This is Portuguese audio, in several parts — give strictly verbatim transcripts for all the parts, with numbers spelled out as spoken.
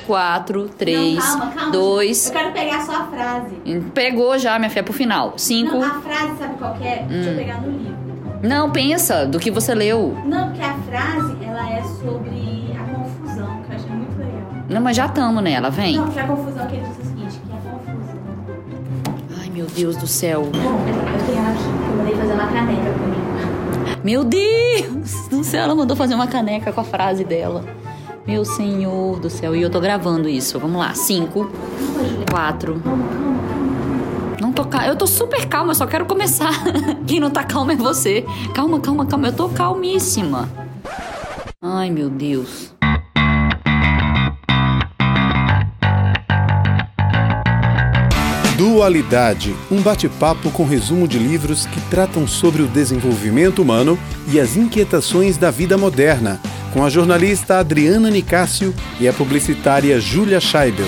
quatro, três, não, calma, calma, dois... Eu quero pegar só a frase. Pegou já, minha filha, pro final. cinco... Não, a frase, sabe qual que é? Hum. Deixa eu pegar no livro. Não, pensa do que você leu. Não, porque a frase, ela é sobre a confusão, que eu achei muito legal. Não, mas já estamos nela, vem. Não, porque a confusão que ele disse o seguinte, que é confusão. Ai, meu Deus do céu. Bom, eu tenho ela aqui, eu mandei fazer uma caneca comigo. Meu Deus do céu, ela mandou fazer uma caneca com a frase dela. Meu Senhor do céu, e eu tô gravando isso. Vamos lá, cinco, quatro... Não tô calma. Eu tô super calma, eu só quero começar. Quem não tá calma é você. Calma, calma, calma. Eu tô calmíssima. Ai, meu Deus. Dualidade, um bate-papo com resumo de livros que tratam sobre o desenvolvimento humano e as inquietações da vida moderna, com a jornalista Adriana Nicásio e a publicitária Júlia Scheibel.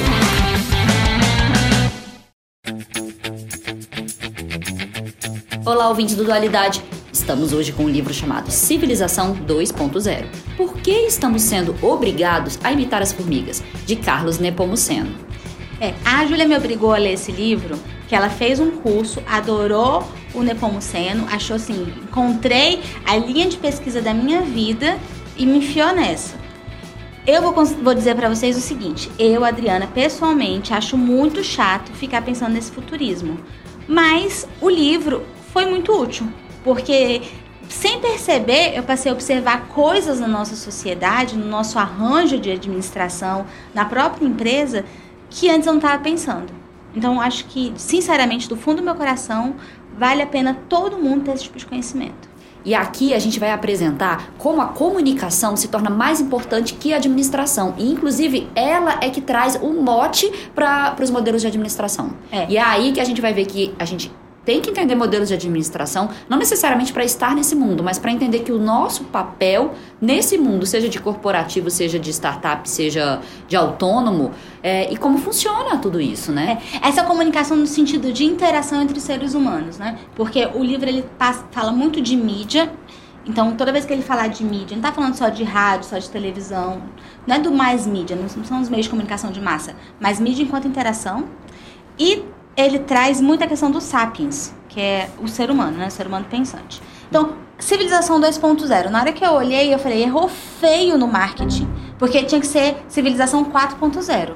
Olá, ouvintes do Dualidade. Estamos hoje com um livro chamado Civilização dois ponto zero. Por que estamos sendo obrigados a imitar as formigas? De Carlos Nepomuceno. É, a Júlia me obrigou a ler esse livro, que ela fez um curso, adorou o Nepomuceno, achou assim, encontrei a linha de pesquisa da minha vida e me enfiou nessa. Eu vou, vou dizer pra vocês o seguinte, eu, Adriana, pessoalmente, acho muito chato ficar pensando nesse futurismo. Mas o livro foi muito útil, porque sem perceber eu passei a observar coisas na nossa sociedade, no nosso arranjo de administração, na própria empresa, que antes eu não estava pensando. Então, acho que, sinceramente, do fundo do meu coração, vale a pena todo mundo ter esse tipo de conhecimento. E aqui a gente vai apresentar como a comunicação se torna mais importante que a administração. E, inclusive, ela é que traz o mote para os modelos de administração. É. E é aí que a gente vai ver que a gente tem que entender modelos de administração, não necessariamente para estar nesse mundo, mas para entender que o nosso papel nesse mundo, seja de corporativo, seja de startup, seja de autônomo, é, e como funciona tudo isso, né? É, essa comunicação no sentido de interação entre seres humanos, né? Porque o livro ele passa, fala muito de mídia, então toda vez que ele falar de mídia, não está falando só de rádio, só de televisão, não é do mais mídia, não são os meios de comunicação de massa, mas mídia enquanto interação. E ele traz muita questão do sapiens, que é o ser humano, né? O ser humano pensante. Então, Civilização dois ponto zero. Na hora que eu olhei, eu falei, errou feio no marketing, porque tinha que ser Civilização quatro ponto zero.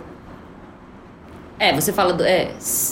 É, você fala do... É,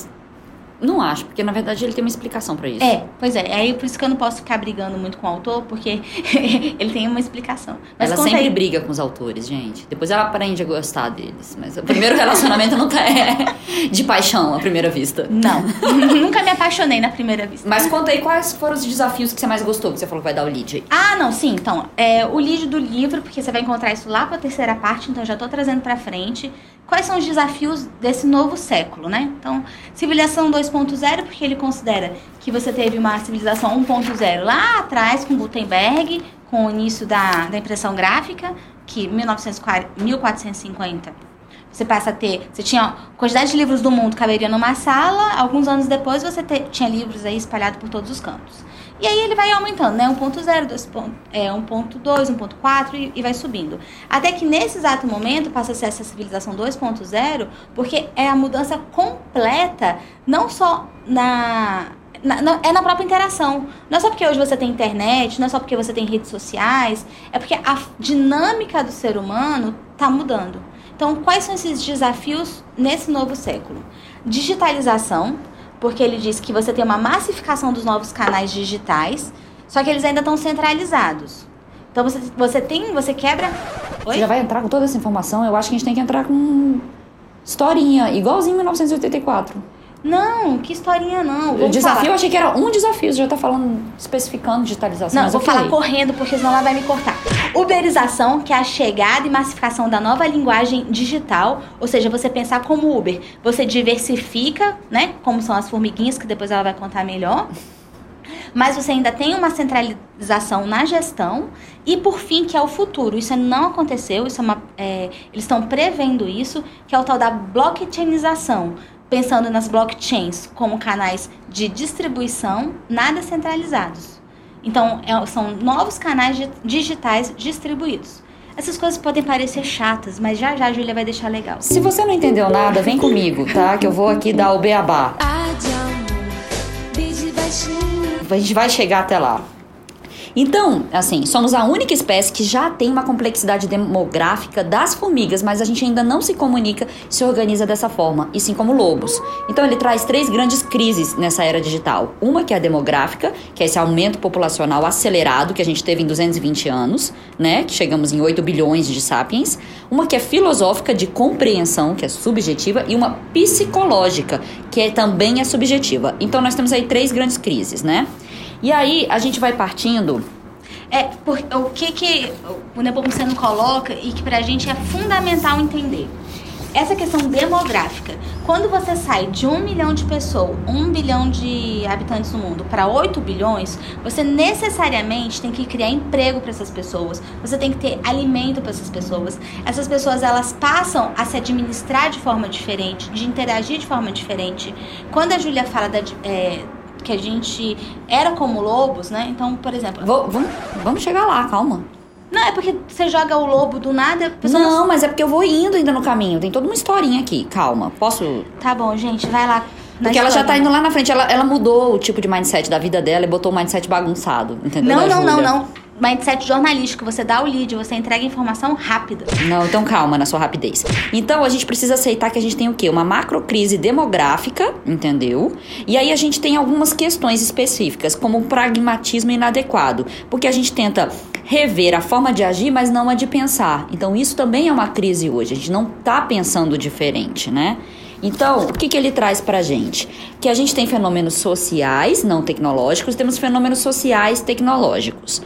não acho, porque na verdade ele tem uma explicação pra isso. É, pois é. Aí por isso que eu não posso ficar brigando muito com o autor, porque ele tem uma explicação. Mas ela sempre aí. briga com os autores, gente. Depois ela aprende a gostar deles. Mas o primeiro relacionamento nunca é de paixão à primeira vista. Não. Nunca me apaixonei na primeira vista. Mas conta aí quais foram os desafios que você mais gostou, que você falou que vai dar o lead aí. Ah, não, sim. Então, é, o lead do livro, porque você vai encontrar isso lá pra terceira parte, então eu já tô trazendo pra frente. Quais são os desafios desse novo século, né? Então, Civilização dois ponto zero, porque ele considera que você teve uma civilização um ponto zero lá atrás, com Gutenberg, com o início da, da impressão gráfica, que mil quatrocentos e cinquenta, você passa a ter... Você tinha quantidade de livros do mundo, caberia numa sala, alguns anos depois você te, tinha livros aí espalhados por todos os cantos. E aí ele vai aumentando, né? um ponto zero, é, um ponto dois, um ponto quatro e, e vai subindo. Até que nesse exato momento passa a ser essa civilização dois ponto zero, porque é a mudança completa, não só na, na, na... é na própria interação. Não é só porque hoje você tem internet, não é só porque você tem redes sociais, é porque a dinâmica do ser humano está mudando. Então, quais são esses desafios nesse novo século? Digitalização, porque ele diz que você tem uma massificação dos novos canais digitais, só que eles ainda estão centralizados. Então você, você tem, você quebra... Oi? Você já vai entrar com toda essa informação? Eu acho que a gente tem que entrar com historinha, igualzinho em mil novecentos e oitenta e quatro. Não, que historinha não. O Vamos desafio, falar. eu achei que era um desafio, você já tá falando, especificando digitalização. Não, vou okay. falar correndo, porque senão ela vai me cortar. Uberização, que é a chegada e massificação da nova linguagem digital, ou seja, você pensar como Uber. Você diversifica, né, como são as formiguinhas, que depois ela vai contar melhor. Mas você ainda tem uma centralização na gestão. E, por fim, que é o futuro. Isso não aconteceu, isso é uma, é, eles estão prevendo isso, que é o tal da blockchainização. Pensando nas blockchains como canais de distribuição nada centralizados. Então, é, são novos canais digitais distribuídos. Essas coisas podem parecer chatas, mas já já a Júlia vai deixar legal. Se você não entendeu nada, vem comigo, tá? Que eu vou aqui dar o beabá. A gente vai chegar até lá. Então, assim, somos a única espécie que já tem uma complexidade demográfica das formigas, mas a gente ainda não se comunica, se organiza dessa forma, e sim como lobos. Então, ele traz três grandes crises nessa era digital. Uma que é a demográfica, que é esse aumento populacional acelerado que a gente teve em duzentos e vinte anos, né? Que chegamos em oito bilhões de sapiens. Uma que é filosófica, de compreensão, que é subjetiva, e uma psicológica, que é, também é subjetiva. Então, nós temos aí três grandes crises, né? E aí, a gente vai partindo... É, por, o que, que o Nepomuceno coloca e que pra gente é fundamental entender. Essa questão demográfica. Quando você sai de um milhão de pessoas, um bilhão de habitantes no mundo, para oito bilhões, você necessariamente tem que criar emprego para essas pessoas. Você tem que ter alimento para essas pessoas. Essas pessoas, elas passam a se administrar de forma diferente, de interagir de forma diferente. Quando a Júlia fala da... É, que a gente era como lobos, né? Então, por exemplo... Vou, vamos, vamos chegar lá, calma. Não, é porque você joga o lobo do nada... Não, não, mas é porque eu vou indo ainda no caminho. Tem toda uma historinha aqui, calma. Posso... Tá bom, gente, vai lá. Porque ela já tá indo lá na frente. Ela, ela mudou o tipo de mindset da vida dela e botou o mindset bagunçado, entendeu? Não, não, não, não. Mindset jornalístico, você dá o lead, você entrega informação rápida. Não, então calma na sua rapidez. Então a gente precisa aceitar que a gente tem o quê? Uma macrocrise demográfica, entendeu? E aí a gente tem algumas questões específicas, como o pragmatismo inadequado, porque a gente tenta rever a forma de agir, mas não a de pensar. Então isso também é uma crise hoje, a gente não tá pensando diferente, né? Então, o que, que ele traz pra gente? Que a gente tem fenômenos sociais, não tecnológicos, temos fenômenos sociais tecnológicos.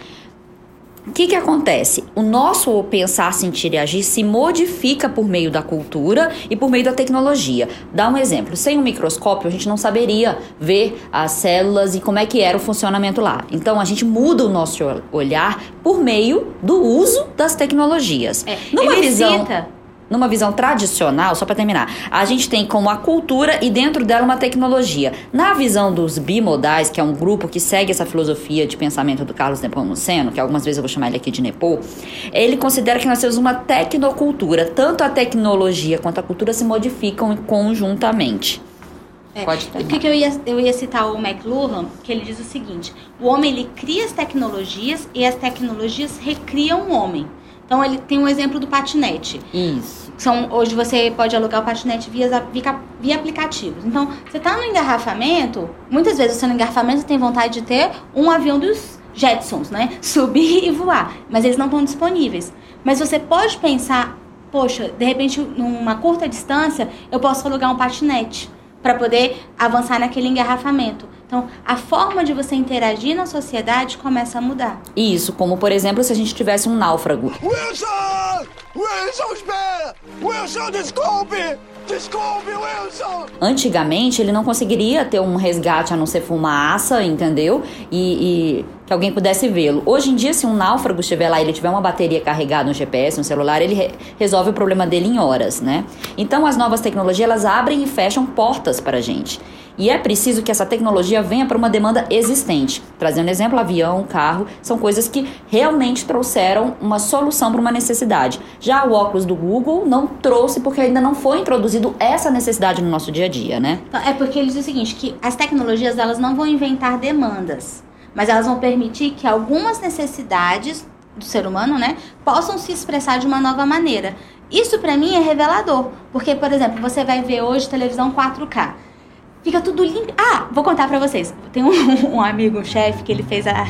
O que que acontece? O nosso pensar, sentir e agir se modifica por meio da cultura e por meio da tecnologia. Dá um exemplo. Sem um microscópio, a gente não saberia ver as células e como é que era o funcionamento lá. Então, a gente muda o nosso olhar por meio do uso das tecnologias. É, Numa ele visão... cita... Numa visão tradicional, só para terminar, a gente tem como a cultura e dentro dela uma tecnologia. Na visão dos bimodais, que é um grupo que segue essa filosofia de pensamento do Carlos Nepomuceno, que algumas vezes eu vou chamar ele aqui de Nepo, ele considera que nós temos uma tecnocultura. Tanto a tecnologia quanto a cultura se modificam conjuntamente. É, Pode terminar. O que eu ia, eu ia citar o McLuhan, que ele diz o seguinte: o homem ele cria as tecnologias e as tecnologias recriam o homem. Então, ele tem um exemplo do patinete. Isso. São, hoje você pode alugar o patinete via, via, via aplicativos. Então, você está no engarrafamento, muitas vezes você no engarrafamento tem vontade de ter um avião dos Jetsons, né? Subir e voar. Mas eles não estão disponíveis. Mas você pode pensar, poxa, de repente, numa curta distância, eu posso alugar um patinete para poder avançar naquele engarrafamento. Então, a forma de você interagir na sociedade começa a mudar. Isso, como por exemplo, se a gente tivesse um náufrago. Wilson! Wilson, espera! Wilson, desculpe! Desculpe, Wilson! Antigamente, ele não conseguiria ter um resgate a não ser fumaça, entendeu? E, e que alguém pudesse vê-lo. Hoje em dia, se um náufrago estiver lá e ele tiver uma bateria carregada no G P S, no celular, ele re- resolve o problema dele em horas, né? Então, as novas tecnologias, elas abrem e fecham portas para a gente. E é preciso que essa tecnologia venha para uma demanda existente. Trazendo exemplo, avião, carro, são coisas que realmente trouxeram uma solução para uma necessidade. Já o óculos do Google não trouxe porque ainda não foi introduzido essa necessidade no nosso dia a dia, né? Então, é porque ele diz o seguinte, que as tecnologias elas não vão inventar demandas, mas elas vão permitir que algumas necessidades do ser humano, né, possam se expressar de uma nova maneira. Isso para mim é revelador, porque, por exemplo, você vai ver hoje televisão quatro K. Fica tudo limpo. Ah, vou contar pra vocês. Tem um, um amigo, um chefe, que ele fez a,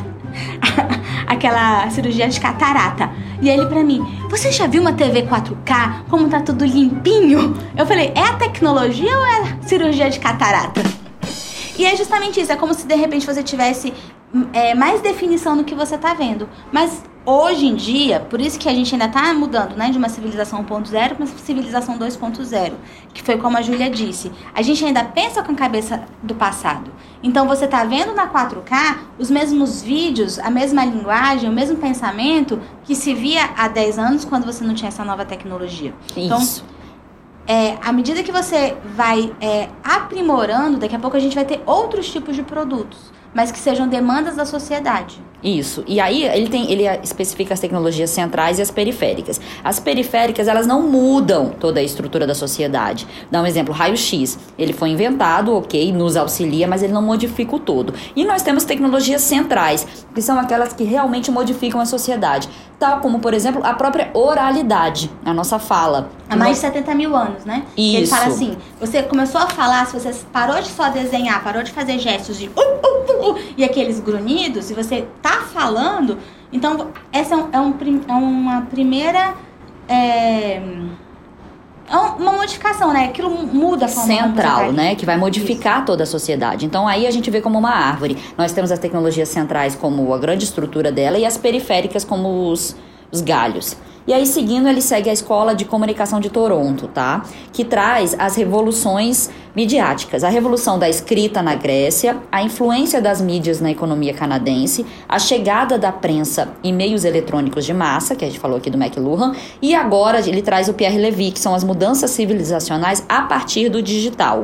a, aquela cirurgia de catarata. E ele pra mim, você já viu uma T V quatro K? Como tá tudo limpinho? Eu falei, é a tecnologia ou é a cirurgia de catarata? E é justamente isso. É como se de repente você tivesse é, mais definição no que você tá vendo. Mas hoje em dia, por isso que a gente ainda tá mudando, né, de uma civilização um ponto zero para uma civilização dois ponto zero, que foi como a Júlia disse. A gente ainda pensa com a cabeça do passado. Então você tá vendo na quatro K os mesmos vídeos, a mesma linguagem, o mesmo pensamento que se via há dez anos quando você não tinha essa nova tecnologia. Isso. Então, é, à medida que você vai é, aprimorando, daqui a pouco a gente vai ter outros tipos de produtos, mas que sejam demandas da sociedade. Isso. E aí ele tem, ele especifica as tecnologias centrais e as periféricas. As periféricas, elas não mudam toda a estrutura da sociedade. Dá um exemplo, raio-x. Ele foi inventado, ok, nos auxilia, mas ele não modifica o todo. E nós temos tecnologias centrais, que são aquelas que realmente modificam a sociedade. Tal como, por exemplo, a própria oralidade, a nossa fala. Há mais de setenta mil anos, né? Isso. Ele fala assim, você começou a falar, se você parou de só desenhar, parou de fazer gestos de uh, uh, uh, uh, e aqueles grunhidos, e você tá falando, então essa é, um, é, um, é uma primeira... É, uma modificação, né? Aquilo muda a forma central, né? Que vai modificar Isso. toda a sociedade. Então aí a gente vê como uma árvore. Nós temos as tecnologias centrais como a grande estrutura dela e as periféricas como os, os galhos. E aí, seguindo, ele segue a Escola de Comunicação de Toronto, tá? Que traz as revoluções midiáticas. A revolução da escrita na Grécia, a influência das mídias na economia canadense, a chegada da prensa e meios eletrônicos de massa, que a gente falou aqui do McLuhan, e agora ele traz o Pierre Levy, que são as mudanças civilizacionais a partir do digital.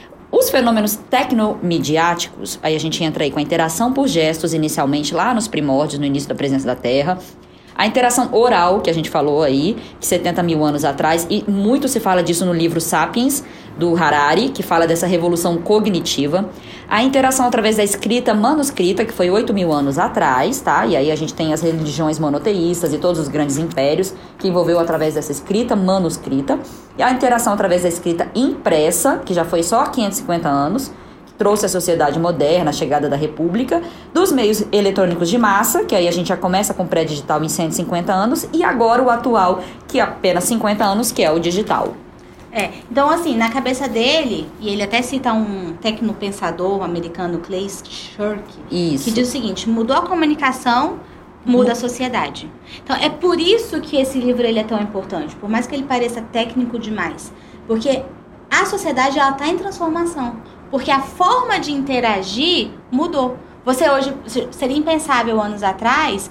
Os fenômenos tecnomidiáticos, aí a gente entra aí com a interação por gestos, inicialmente lá nos primórdios, no início da presença da Terra, a interação oral, que a gente falou aí, que setenta mil anos atrás, e muito se fala disso no livro Sapiens, do Harari, que fala dessa revolução cognitiva. A interação através da escrita manuscrita, que foi oito mil anos atrás, tá? E aí a gente tem as religiões monoteístas e todos os grandes impérios, que envolveu através dessa escrita manuscrita. E a interação através da escrita impressa, que já foi só há quinhentos e cinquenta anos, trouxe a sociedade moderna, a chegada da república, dos meios eletrônicos de massa, que aí a gente já começa com o pré-digital em cento e cinquenta anos, e agora o atual, que é apenas cinquenta anos, que é o digital. É, então assim, na cabeça dele, e ele até cita um tecnopensador americano, Clay Shirk, Isso. que diz o seguinte, mudou a comunicação, muda a sociedade. Então é por isso que esse livro ele é tão importante, por mais que ele pareça técnico demais, porque a sociedade ela está em transformação. Porque a forma de interagir mudou. Você hoje, seria impensável anos atrás,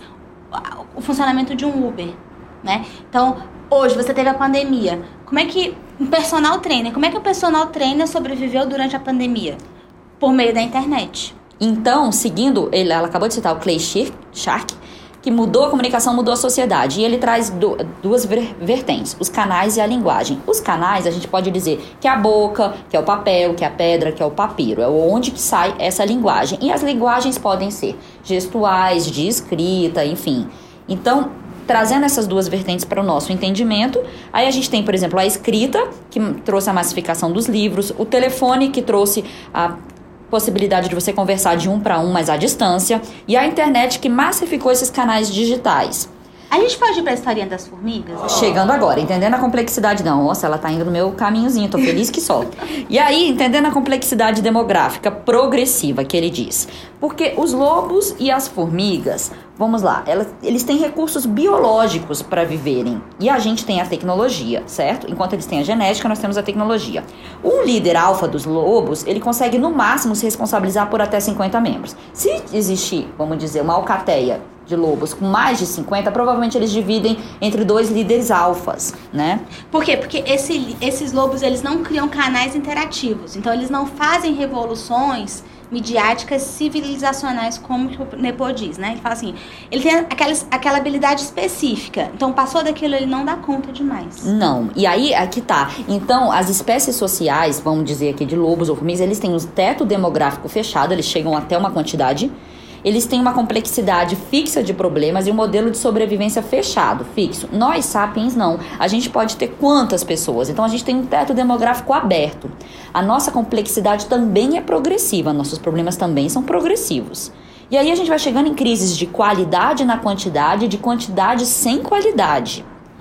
o funcionamento de um Uber, né? Então, hoje você teve a pandemia. Como é que um personal trainer, como é que o personal trainer sobreviveu durante a pandemia? Por meio da internet. Então, seguindo, ele, ela acabou de citar o Clay Shirk, que mudou a comunicação, mudou a sociedade. E ele traz do, duas vertentes, os canais e a linguagem. Os canais, a gente pode dizer que é a boca, que é o papel, que é a pedra, que é o papiro. É onde que sai essa linguagem. E as linguagens podem ser gestuais, de escrita, enfim. Então, trazendo essas duas vertentes para o nosso entendimento, aí a gente tem, por exemplo, a escrita, que trouxe a massificação dos livros, o telefone, que trouxe a possibilidade de você conversar de um para um, mas à distância, e a internet que massificou esses canais digitais. A gente pode ir para a historinha das formigas? Chegando agora, entendendo a complexidade, não, nossa, ela tá indo no meu caminhozinho, tô feliz que solta. E aí, entendendo a complexidade demográfica progressiva que ele diz, porque os lobos e as formigas, vamos lá, elas, eles têm recursos biológicos para viverem, e a gente tem a tecnologia, certo? Enquanto eles têm a genética, nós temos a tecnologia. Um líder alfa dos lobos, ele consegue no máximo se responsabilizar por até cinquenta membros. Se existir, vamos dizer, uma alcateia de lobos com mais de cinquenta, provavelmente eles dividem entre dois líderes alfas, né? Por quê? Porque esse, esses lobos, eles não criam canais interativos. Então, eles não fazem revoluções midiáticas civilizacionais, como que o Nepo diz, né? Ele fala assim, ele tem aquelas, aquela habilidade específica. Então, passou daquilo, ele não dá conta de mais. Não. E aí, aqui tá. Então, as espécies sociais, vamos dizer aqui de lobos ou formigas, eles têm um teto demográfico fechado, eles chegam até uma quantidade. Eles têm uma complexidade fixa de problemas e um modelo de sobrevivência fechado, fixo. Nós, sapiens, não. A gente pode ter quantas pessoas? Então, a gente tem um teto demográfico aberto. A nossa complexidade também é progressiva. Nossos problemas também são progressivos. E aí, a gente vai chegando em crises de qualidade na quantidade e de quantidade sem qualidade.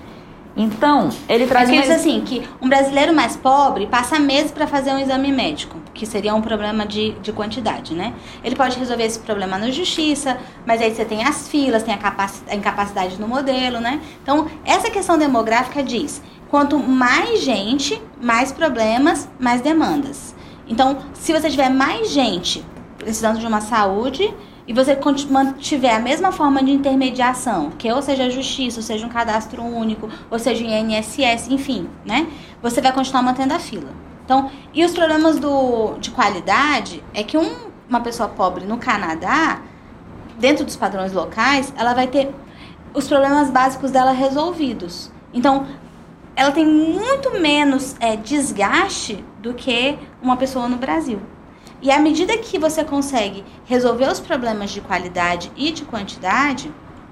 Então, ele traz... Aqui diz assim, que um brasileiro mais pobre passa meses para fazer um exame médico, que seria um problema de, de quantidade, né? Ele pode resolver esse problema na justiça, mas aí você tem as filas, tem a, capac, a incapacidade no modelo, né? Então, essa questão demográfica diz, quanto mais gente, mais problemas, mais demandas. Então, se você tiver mais gente precisando de uma saúde... e você mantiver a mesma forma de intermediação, que ou seja a justiça, ou seja um cadastro único, ou seja o I N S S, enfim, né? Você vai continuar mantendo a fila. Então, e os problemas do, de qualidade é que um, uma pessoa pobre no Canadá, dentro dos padrões locais, ela vai ter os problemas básicos dela resolvidos. Então, ela tem muito menos é, desgaste do que uma pessoa no Brasil. E à medida que você consegue resolver os problemas de qualidade e de quantidade,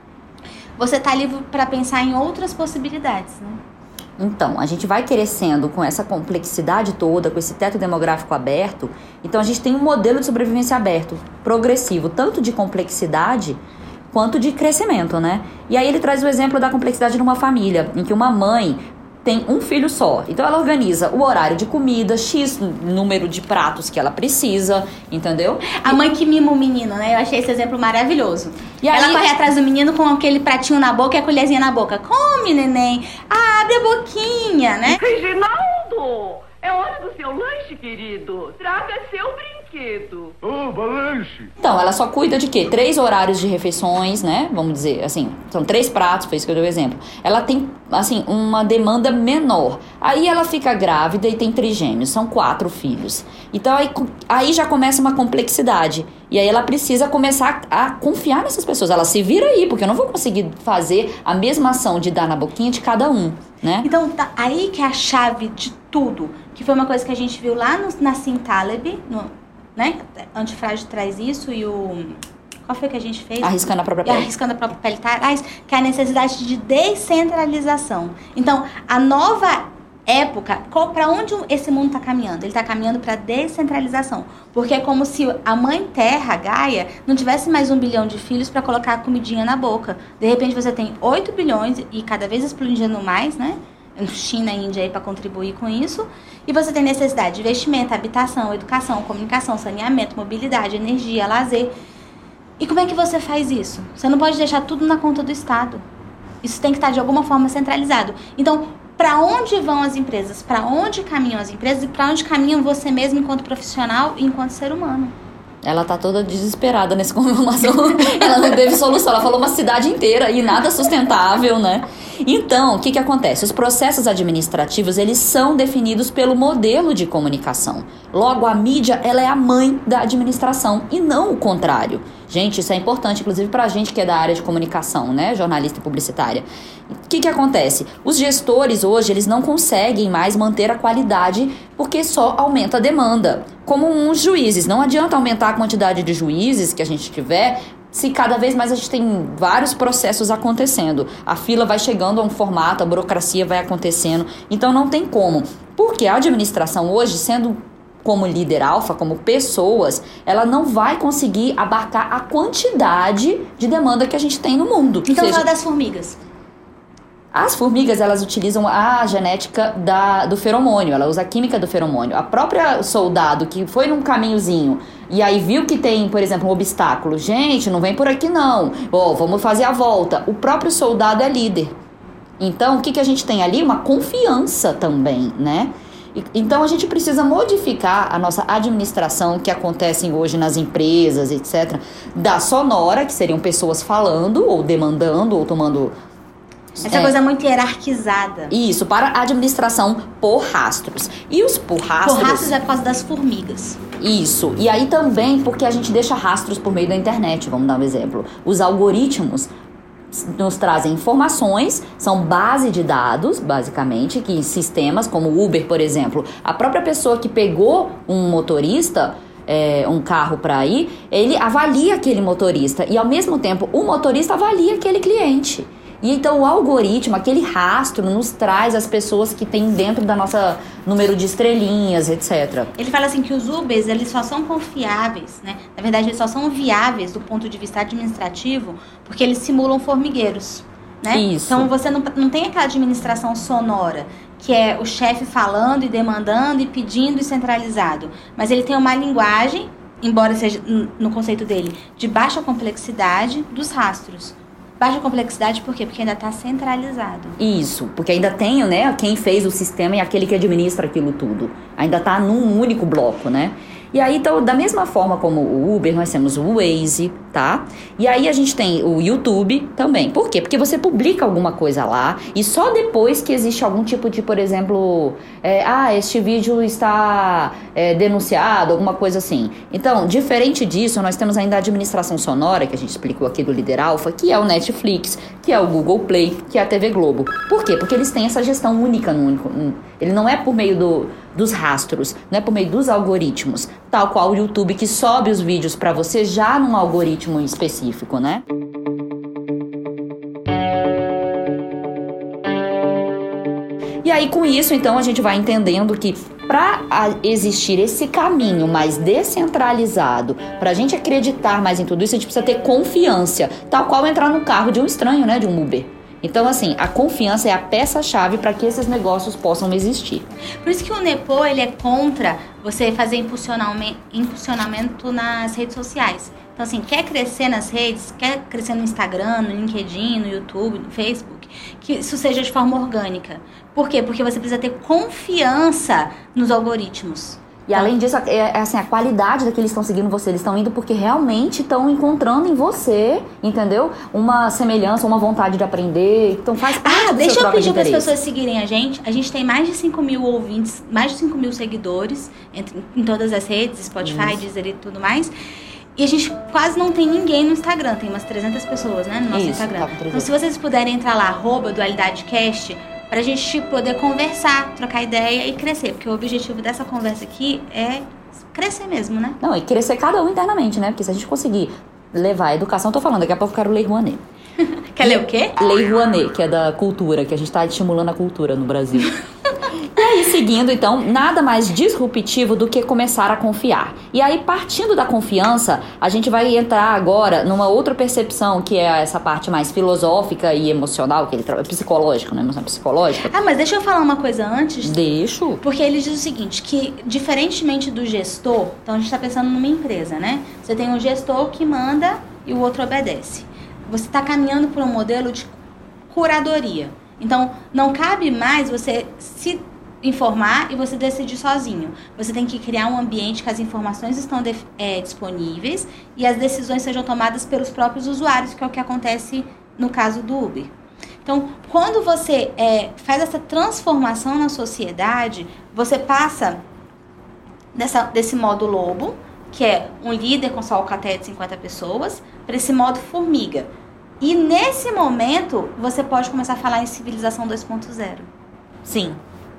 você está livre para pensar em outras possibilidades, né? Então, a gente vai crescendo com essa complexidade toda, com esse teto demográfico aberto. Então, a gente tem um modelo de sobrevivência aberto, progressivo, tanto de complexidade quanto de crescimento, né? E aí ele traz o exemplo da complexidade numa família, em que uma mãe tem um filho só. Então ela organiza o horário de comida, X número de pratos que ela precisa, entendeu? A mãe que mima o menino, né? Eu achei esse exemplo maravilhoso. E ela aí... corre atrás do menino com aquele pratinho na boca e a colherzinha na boca. Come, neném. Ah, abre a boquinha, né? Reginaldo! É hora do seu lanche, querido. Traga seu brinquedo. Oba, lanche! Então, ela só cuida de quê? Três horários de refeições, né? Vamos dizer, assim, são três pratos, foi isso que eu dei o exemplo. Ela tem, assim, uma demanda menor. Aí ela fica grávida e tem trigêmeos, são quatro filhos. Então, aí, aí já começa uma complexidade. E aí ela precisa começar a, a confiar nessas pessoas. Ela se vira aí, porque eu não vou conseguir fazer a mesma ação de dar na boquinha de cada um, né? Então, tá aí que é a chave de tudo. Que foi uma coisa que a gente viu lá no, na Cintaleb, no, né? Antifrágil traz isso e o... Qual foi que a gente fez? Arriscando a própria pele. Arriscando a própria pele traz, que é a necessidade de descentralização. Então, a nova época, para onde esse mundo está caminhando? Ele está caminhando para descentralização. Porque é como se a mãe terra, Gaia, não tivesse mais um bilhão de filhos para colocar a comidinha na boca. De repente você tem oito bilhões e cada vez explodindo mais, né? China e Índia aí para contribuir com isso. E você tem necessidade de investimento, habitação, educação, comunicação, saneamento, mobilidade, energia, lazer. E como é que você faz isso? Você não pode deixar tudo na conta do Estado. Isso tem que estar de alguma forma centralizado. Então, para onde vão as empresas? Para onde caminham as empresas? E para onde caminham você mesmo enquanto profissional e enquanto ser humano? Ela tá toda desesperada nessa confirmação. Ela não teve solução. Ela falou uma cidade inteira e nada sustentável, né? Então, o que que acontece? Os processos administrativos, eles são definidos pelo modelo de comunicação. Logo, a mídia, ela é a mãe da administração e não o contrário. Gente, isso é importante, inclusive pra gente que é da área de comunicação, né? Jornalista e publicitária. O que que acontece? Os gestores hoje, eles não conseguem mais manter a qualidade porque só aumenta a demanda. Como uns juízes. Não adianta aumentar a quantidade de juízes que a gente tiver se cada vez mais a gente tem vários processos acontecendo. A fila vai chegando a um formato, a burocracia vai acontecendo. Então não tem como. Porque a administração hoje, sendo como líder alfa, como pessoas, ela não vai conseguir abarcar a quantidade de demanda que a gente tem no mundo. Então, seja, fala das formigas. As formigas, elas utilizam a genética da, do feromônio, ela usa a química do feromônio. A própria soldado que foi num caminhozinho e aí viu que tem, por exemplo, um obstáculo. Gente, não vem por aqui não. Oh, vamos fazer a volta. O próprio soldado é líder. Então, o que, que a gente tem ali? Uma confiança também, né? Então a gente precisa modificar a nossa administração que acontecem hoje nas empresas, etcétera. Da sonora, que seriam pessoas falando ou demandando ou tomando... Essa é, coisa muito hierarquizada. Isso, para a administração por rastros. E os por rastros... Por rastros é por causa das formigas. Isso. E aí também porque a gente deixa rastros por meio da internet, vamos dar um exemplo. Os algoritmos nos trazem informações, são base de dados, basicamente, que sistemas como o Uber, por exemplo, a própria pessoa que pegou um motorista, é, um carro para ir, ele avalia aquele motorista e ao mesmo tempo o motorista avalia aquele cliente. E então o algoritmo, aquele rastro, nos traz as pessoas que tem dentro da nossa número de estrelinhas, etcétera. Ele fala assim que os Ubers, eles só são confiáveis, né? Na verdade, eles só são viáveis do ponto de vista administrativo porque eles simulam formigueiros, né? Isso. Então você não, não tem aquela administração sonora, que é o chefe falando e demandando e pedindo e centralizado. Mas ele tem uma linguagem, embora seja no conceito dele, de baixa complexidade dos rastros. Baixa complexidade por quê? Porque ainda está centralizado. Isso, porque ainda tem, né, quem fez o sistema e aquele que administra aquilo tudo. Ainda está num único bloco, né? E aí, então, da mesma forma como o Uber, nós temos o Waze, tá? E aí a gente tem o YouTube também. Por quê? Porque você publica alguma coisa lá e só depois que existe algum tipo de, por exemplo, é, ah, este vídeo está é, denunciado, alguma coisa assim. Então, diferente disso, nós temos ainda a administração sonora, que a gente explicou aqui do Líder Alpha, que é o Netflix, que é o Google Play, que é a T V Globo. Por quê? Porque eles têm essa gestão única no único. Ele não é por meio do, dos rastros, não é por meio dos algoritmos, tal qual o YouTube, que sobe os vídeos para você já num algoritmo específico, né? E aí, com isso, então, a gente vai entendendo que para existir esse caminho mais descentralizado, para a gente acreditar mais em tudo isso, a gente precisa ter confiança, tal qual entrar no carro de um estranho, né, de um Uber. Então, assim, a confiança é a peça-chave para que esses negócios possam existir. Por isso que o Nepo, ele é contra você fazer impulsionamento, impulsionamento nas redes sociais. Então, assim, quer crescer nas redes, quer crescer no Instagram, no LinkedIn, no YouTube, no Facebook, que isso seja de forma orgânica. Por quê? Porque você precisa ter confiança nos algoritmos. E além disso, é, é assim, a qualidade daqueles que estão seguindo você, eles estão indo porque realmente estão encontrando em você, entendeu? Uma semelhança, uma vontade de aprender, então faz parte Ah, do deixa seu eu próprio pedir para as interesse. pessoas seguirem a gente. A gente tem mais de cinco mil ouvintes, mais de cinco mil seguidores entre, em todas as redes, Spotify, Deezer e tudo mais. E a gente quase não tem ninguém no Instagram, tem umas trezentas pessoas, né, no nosso Isso, Instagram. tá com trezentas. Então, se vocês puderem entrar lá, arroba DualidadeCast, pra gente poder conversar, trocar ideia e crescer. Porque o objetivo dessa conversa aqui é crescer mesmo, né? Não, e crescer cada um internamente, né? Porque se a gente conseguir levar a educação, eu tô falando, daqui a pouco eu quero Lei Rouanet. Quer ler o quê? Lei Rouanet, que é da cultura, que a gente tá estimulando a cultura no Brasil. E aí, seguindo, então, nada mais disruptivo do que começar a confiar. E aí, partindo da confiança, a gente vai entrar agora numa outra percepção, que é essa parte mais filosófica e emocional, que ele trabalha, psicológica, né? Emoção psicológica. Ah, mas deixa eu falar uma coisa antes. Deixo. Porque ele diz o seguinte, que diferentemente do gestor, então a gente está pensando numa empresa, né? Você tem um gestor que manda e o outro obedece. Você está caminhando por um modelo de curadoria. Então, não cabe mais você se informar e você decidir sozinho. Você tem que criar um ambiente que as informações estão de, é, disponíveis e as decisões sejam tomadas pelos próprios usuários, que é o que acontece no caso do Uber. Então, quando você é, faz essa transformação na sociedade, você passa dessa, desse modo lobo, que é um líder com só o alcateia de cinquenta pessoas, para esse modo formiga. E nesse momento, você pode começar a falar em civilização dois ponto zero. Sim.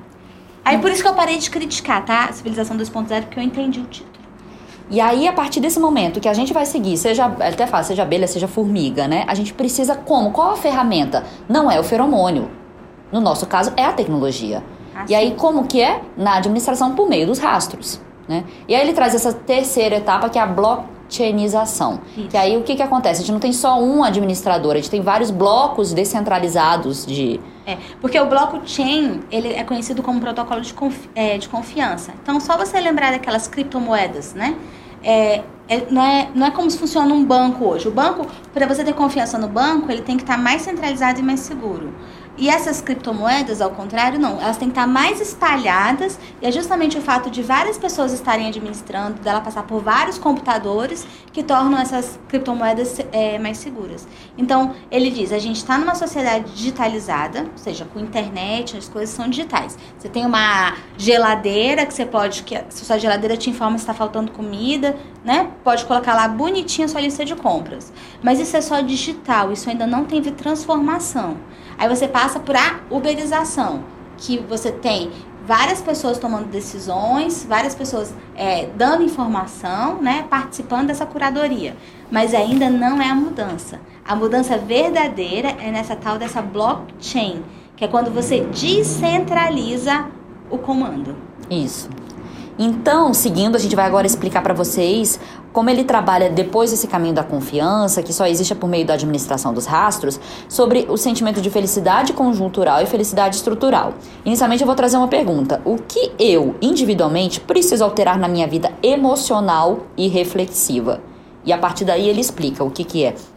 Aí por isso que eu parei de criticar, tá? Civilização dois ponto zero, porque eu entendi o título. E aí, a partir desse momento que a gente vai seguir, seja, até fala, seja abelha, seja formiga, né? A gente precisa como? Qual a ferramenta? Não é o feromônio. No nosso caso, é a tecnologia. Ah, e sim. Aí, como que é? Na administração por meio dos rastros, né? E aí ele traz essa terceira etapa, que é a blockchainização. Isso. Que aí, o que que acontece? A gente não tem só um administrador, a gente tem vários blocos descentralizados de... É, porque o blockchain, ele é conhecido como protocolo de, confi- é, de confiança. Então, só você lembrar daquelas criptomoedas, né? É, é, não, é, não é como se funciona um banco hoje. O banco, para você ter confiança no banco, ele tem que estar mais centralizado e mais seguro. E essas criptomoedas, ao contrário, não. Elas têm que estar mais espalhadas e é justamente o fato de várias pessoas estarem administrando, dela passar por vários computadores, que tornam essas criptomoedas é, mais seguras. Então, ele diz, a gente está numa sociedade digitalizada, ou seja, com internet, as coisas são digitais. Você tem uma geladeira que você pode, que se a sua geladeira te informa se está faltando comida, né? Pode colocar lá bonitinha a sua lista de compras. Mas isso é só digital, isso ainda não teve transformação. Aí você passa por a uberização, que você tem várias pessoas tomando decisões, várias pessoas é, dando informação, né, participando dessa curadoria. Mas ainda não é a mudança. A mudança verdadeira é nessa tal dessa blockchain, que é quando você descentraliza o comando. Isso. Então, seguindo, a gente vai agora explicar para vocês como ele trabalha depois desse caminho da confiança, que só existe por meio da administração dos rastros, sobre o sentimento de felicidade conjuntural e felicidade estrutural. Inicialmente, eu vou trazer uma pergunta. O que eu, individualmente, preciso alterar na minha vida emocional e reflexiva? E a partir daí ele explica o que, que é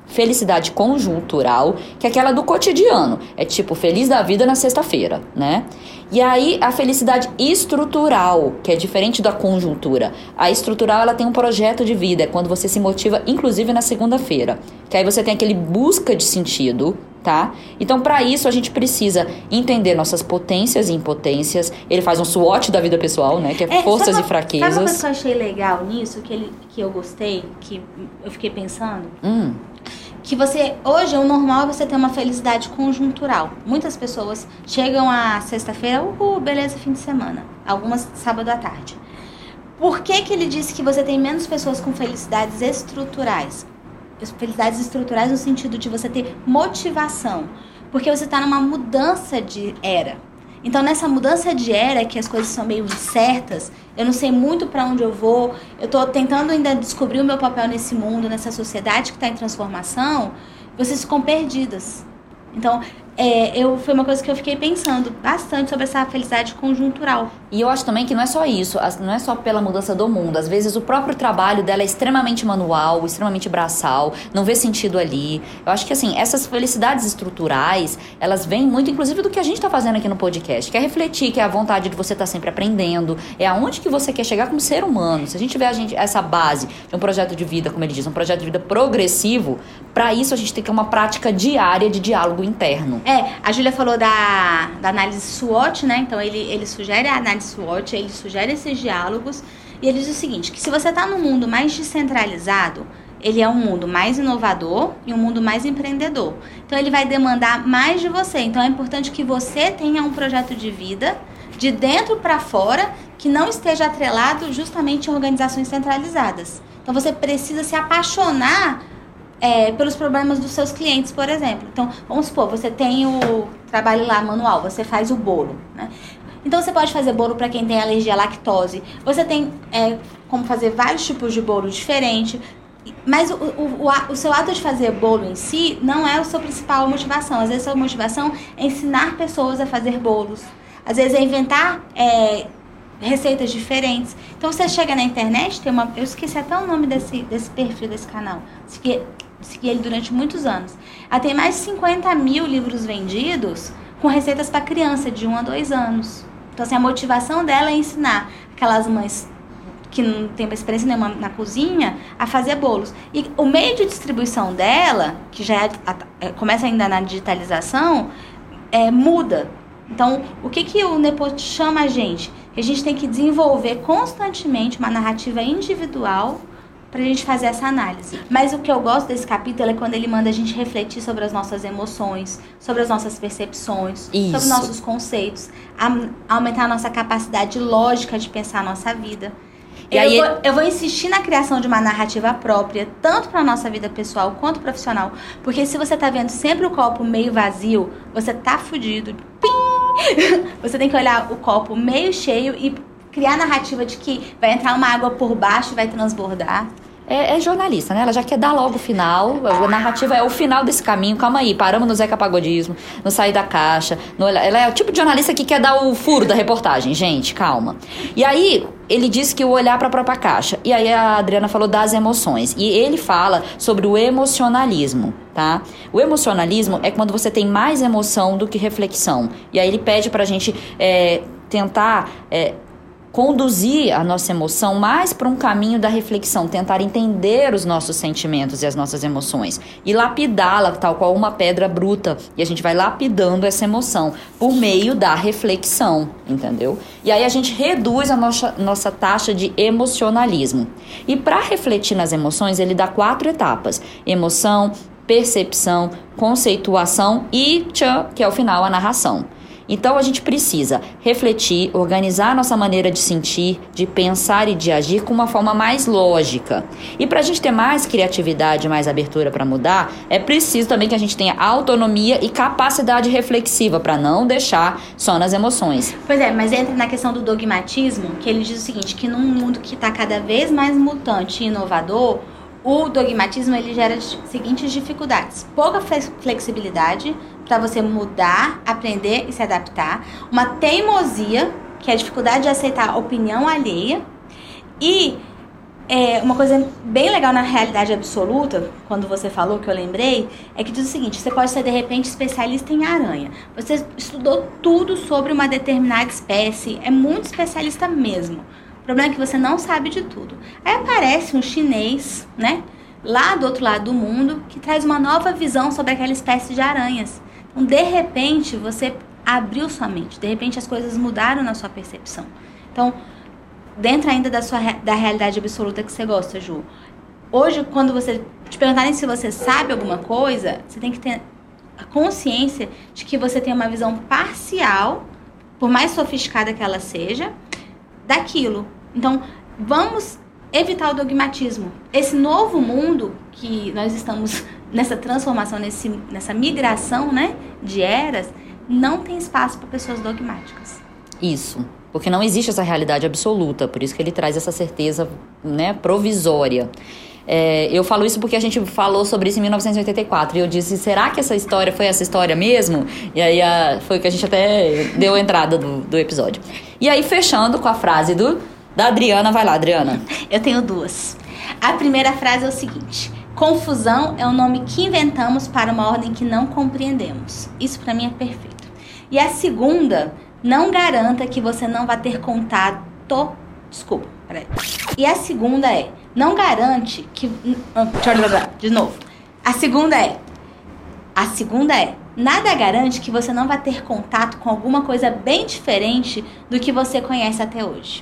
felicidade conjuntural, que é aquela do cotidiano. É tipo, feliz da vida na sexta-feira, né? E aí, a felicidade estrutural, que é diferente da conjuntura. A estrutural, ela tem um projeto de vida, é quando você se motiva, inclusive na segunda-feira. Que aí você tem aquele busca de sentido, tá? Então, para isso, a gente precisa entender nossas potências e impotências. Ele faz um SWOT da vida pessoal, né? Que é, é forças uma, e fraquezas. Sabe uma coisa que eu achei legal nisso, que, ele, que eu gostei, que eu fiquei pensando? Hum. Que você, hoje, o normal é você ter uma felicidade conjuntural. Muitas pessoas chegam à sexta-feira, uhul, beleza, fim de semana. Algumas sábado à tarde. Por que que ele disse que você tem menos pessoas com felicidades estruturais? Felicidades estruturais no sentido de você ter motivação. Porque você está numa mudança de era. Então, nessa mudança de era, que as coisas são meio incertas, eu não sei muito para onde eu vou, eu estou tentando ainda descobrir o meu papel nesse mundo, nessa sociedade que está em transformação, vocês ficam perdidas. Então, é, eu, foi uma coisa que eu fiquei pensando bastante sobre essa felicidade conjuntural. E eu acho também que não é só isso, não é só pela mudança do mundo. Às vezes o próprio trabalho dela é extremamente manual, extremamente braçal, não vê sentido ali. Eu acho que assim, essas felicidades estruturais, elas vêm muito, inclusive, do que a gente está fazendo aqui no podcast, que é refletir, que é a vontade de você estar tá sempre aprendendo, é aonde que você quer chegar como ser humano. Se a gente tiver a gente, essa base de um projeto de vida, como ele diz, um projeto de vida progressivo, para isso a gente tem que ter uma prática diária de diálogo interno. É, a Júlia falou da, da análise SWOT, né? Então ele, ele sugere a análise SWOT, ele sugere esses diálogos e ele diz o seguinte, que se você está num mundo mais descentralizado, ele é um mundo mais inovador e um mundo mais empreendedor. Então ele vai demandar mais de você. Então é importante que você tenha um projeto de vida de dentro para fora que não esteja atrelado justamente em organizações centralizadas. Então você precisa se apaixonar É, pelos problemas dos seus clientes, por exemplo. Então, vamos supor, você tem o trabalho lá manual, você faz o bolo, né? Então, você pode fazer bolo para quem tem alergia à lactose. Você tem é, como fazer vários tipos de bolo diferentes. Mas o, o, o, o seu ato de fazer bolo em si não é a sua principal motivação. Às vezes, a sua motivação é ensinar pessoas a fazer bolos. Às vezes, é inventar é, receitas diferentes. Então, você chega na internet, tem uma... Eu esqueci até o nome desse, desse perfil, desse canal. Que segui ele durante muitos anos. Ela tem mais de cinquenta mil livros vendidos com receitas para criança de um a dois anos. Então, assim, a motivação dela é ensinar aquelas mães que não têm experiência nenhuma na cozinha a fazer bolos. E o meio de distribuição dela, que já é, é, começa ainda na digitalização, é, muda. Então, o que, que o Nepo chama a gente? Que a gente tem que desenvolver constantemente uma narrativa individual pra gente fazer essa análise. Mas o que eu gosto desse capítulo é quando ele manda a gente refletir sobre as nossas emoções, sobre as nossas percepções, Isso. sobre nossos conceitos, a, aumentar a nossa capacidade lógica de pensar a nossa vida. E eu, aí vou, ele... eu vou insistir na criação de uma narrativa própria, tanto para a nossa vida pessoal quanto profissional, porque se você tá vendo sempre o copo meio vazio, você tá fudido. Pim! Você tem que olhar o copo meio cheio e criar a narrativa de que vai entrar uma água por baixo e vai transbordar. É, é jornalista, né? Ela já quer dar logo o final. A narrativa é o final desse caminho. Calma aí, paramos no Zeca Pagodismo, no sair da caixa. No, ela é o tipo de jornalista que quer dar o furo da reportagem. Gente, calma. E aí, ele disse que o olhar para a própria caixa. E aí a Adriana falou das emoções. E ele fala sobre o emocionalismo, tá? O emocionalismo é quando você tem mais emoção do que reflexão. E aí ele pede pra gente é, tentar... É, conduzir a nossa emoção mais para um caminho da reflexão, tentar entender os nossos sentimentos e as nossas emoções e lapidá-la tal qual uma pedra bruta, e a gente vai lapidando essa emoção por meio da reflexão, entendeu? E aí a gente reduz a nossa, nossa taxa de emocionalismo. E para refletir nas emoções, ele dá quatro etapas: emoção, percepção, conceituação e tchan, que é o final, a narração. Então, a gente precisa refletir, organizar a nossa maneira de sentir, de pensar e de agir com uma forma mais lógica. E para a gente ter mais criatividade, mais abertura para mudar, é preciso também que a gente tenha autonomia e capacidade reflexiva para não deixar só nas emoções. Pois é, mas entra na questão do dogmatismo, que ele diz o seguinte, que num mundo que está cada vez mais mutante e inovador, o dogmatismo ele gera as seguintes dificuldades: pouca flexibilidade para você mudar, aprender e se adaptar, uma teimosia, que é a dificuldade de aceitar a opinião alheia, e é, uma coisa bem legal na realidade absoluta, quando você falou, que eu lembrei, é que diz o seguinte: você pode ser de repente especialista em aranha. Você estudou tudo sobre uma determinada espécie, é muito especialista mesmo. O problema é que você não sabe de tudo. Aí aparece um chinês, né, lá do outro lado do mundo, que traz uma nova visão sobre aquela espécie de aranhas. Então, de repente, você abriu sua mente. De repente, as coisas mudaram na sua percepção. Então, dentro ainda da sua da realidade absoluta que você gosta, Ju, hoje, quando você te perguntarem se você sabe alguma coisa, você tem que ter a consciência de que você tem uma visão parcial, por mais sofisticada que ela seja, daquilo. Então, vamos evitar o dogmatismo. Esse novo mundo que nós estamos nessa transformação, nesse, nessa migração, né, de eras, não tem espaço para pessoas dogmáticas. Isso, porque não existe essa realidade absoluta, por isso que ele traz essa certeza, né, provisória. É, eu falo isso porque a gente falou sobre isso em mil novecentos e oitenta e quatro, e eu disse, será que essa história foi essa história mesmo? E aí a, foi o que a gente até deu a entrada do, do episódio. E aí, fechando com a frase do, da Adriana, vai lá, Adriana. Eu tenho duas. A primeira frase é o seguinte: confusão é o nome que inventamos para uma ordem que não compreendemos. Isso pra mim é perfeito. E a segunda: não garanta que você não vai ter contato... Desculpa, peraí. E a segunda é: não garante que... De novo. A segunda é... A segunda é... Nada garante que você não vai ter contato com alguma coisa bem diferente do que você conhece até hoje.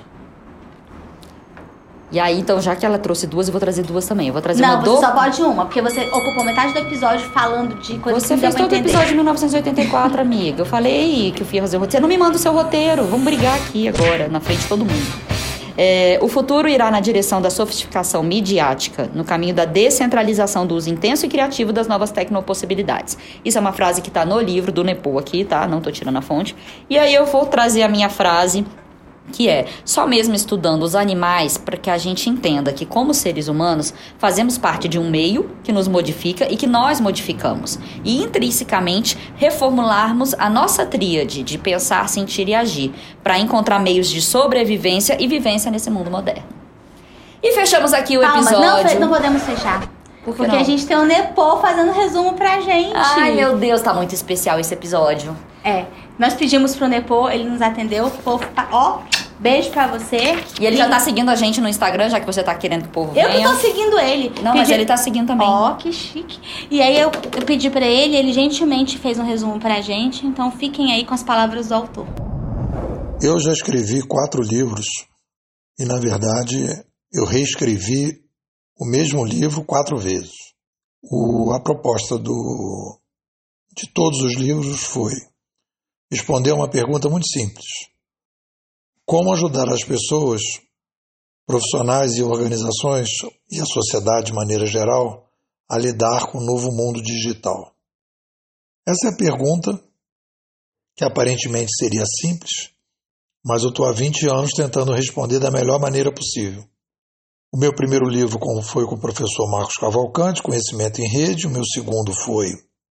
E aí, então, já que ela trouxe duas, eu vou trazer duas também. Eu vou trazer não, uma você do... só pode uma, porque você ocupou metade do episódio falando de coisas você que não deu pra entender. Você fez todo o episódio de mil novecentos e oitenta e quatro, amiga. Eu falei que eu fui fazer o roteiro. Você não me manda o seu roteiro. Vamos brigar aqui agora, na frente de todo mundo. É, o futuro irá na direção da sofisticação midiática, no caminho da descentralização do uso intenso e criativo das novas tecnopossibilidades. Isso é uma frase que está no livro do Nepo aqui, tá? Não tô tirando a fonte. E aí eu vou trazer a minha frase, que é: só mesmo estudando os animais para que a gente entenda que, como seres humanos, fazemos parte de um meio que nos modifica e que nós modificamos. E, intrinsecamente, reformularmos a nossa tríade de pensar, sentir e agir, para encontrar meios de sobrevivência e vivência nesse mundo moderno. E fechamos aqui o Calma, episódio. Não, não podemos fechar. Por porque não? A gente tem o Nepo fazendo resumo pra gente. Ai, meu Deus, tá muito especial esse episódio. É, nós pedimos pro Nepo, ele nos atendeu. Fofo, ó, beijo pra você. E ele e... já tá seguindo a gente no Instagram, já que você tá querendo que o povo venha. Eu que tô seguindo ele. Não, pedi... mas ele tá seguindo também. Ó, que chique. E aí eu, eu pedi pra ele, ele gentilmente fez um resumo pra gente. Então fiquem aí com as palavras do autor. Eu já escrevi quatro livros e, na verdade, eu reescrevi o mesmo livro quatro vezes. O, a proposta do, de todos os livros foi responder uma pergunta muito simples: como ajudar as pessoas, profissionais e organizações e a sociedade de maneira geral a lidar com o novo mundo digital? Essa é a pergunta que aparentemente seria simples, mas eu estou há vinte anos tentando responder da melhor maneira possível. O meu primeiro livro foi com o professor Marcos Cavalcante, Conhecimento em Rede. O meu segundo foi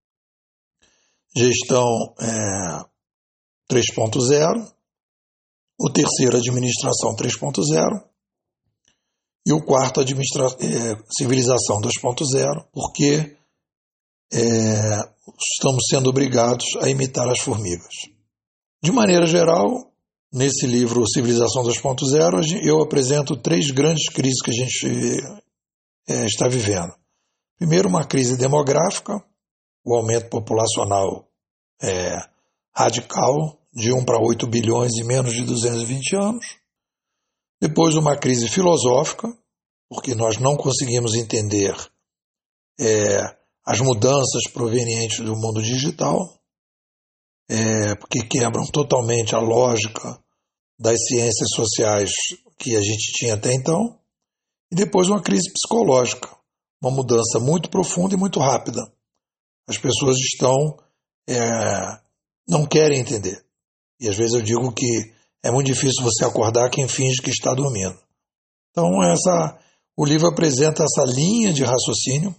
Gestão é, três ponto zero. O terceiro, Administração três ponto zero. E o quarto, administra... é, Civilização dois ponto zero, porque é, estamos sendo obrigados a imitar as formigas. De maneira geral, nesse livro Civilização dois ponto zero, eu apresento três grandes crises que a gente é, está vivendo. Primeiro, uma crise demográfica, o aumento populacional é, radical, de um para oito bilhões em menos de duzentos e vinte anos. Depois, uma crise filosófica, porque nós não conseguimos entender é, as mudanças provenientes do mundo digital, é, porque quebram totalmente a lógica das ciências sociais que a gente tinha até então. E depois, uma crise psicológica, uma mudança muito profunda e muito rápida. As pessoas estão é, não querem entender. E às vezes eu digo que é muito difícil você acordar quem finge que está dormindo. Então, essa, o livro apresenta essa linha de raciocínio.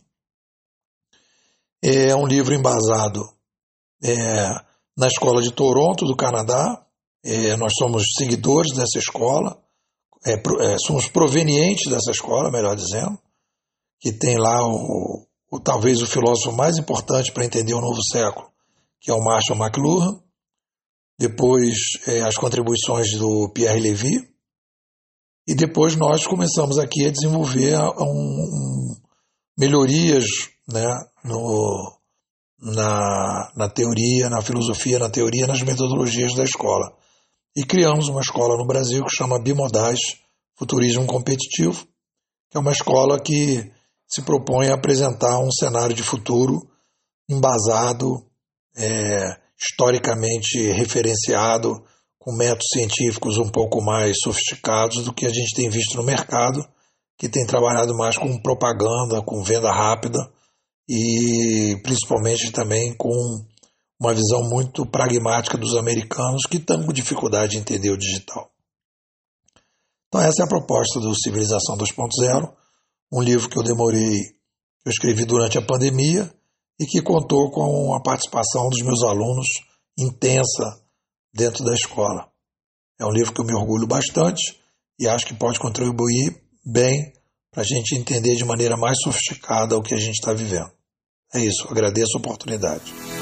É um livro embasado é, na Escola de Toronto, do Canadá. É, nós somos seguidores dessa escola. é, é, somos provenientes dessa escola, melhor dizendo, que tem lá o, o talvez o filósofo mais importante para entender o novo século, que é o Marshall McLuhan, depois é, as contribuições do Pierre Levy, e depois nós começamos aqui a desenvolver um, um, melhorias, né, no, na, na teoria, na filosofia, na teoria, nas metodologias da escola. E criamos uma escola no Brasil que chama Bimodais Futurismo Competitivo, que é uma escola que se propõe a apresentar um cenário de futuro embasado, é, historicamente referenciado, com métodos científicos um pouco mais sofisticados do que a gente tem visto no mercado, que tem trabalhado mais com propaganda, com venda rápida e principalmente também com uma visão muito pragmática dos americanos que estão com dificuldade de entender o digital. Então essa é a proposta do Civilização dois ponto zero, um livro que eu demorei, eu escrevi durante a pandemia e que contou com a participação dos meus alunos intensa dentro da escola. É um livro que eu me orgulho bastante e acho que pode contribuir bem para a gente entender de maneira mais sofisticada o que a gente está vivendo. É isso, agradeço a oportunidade.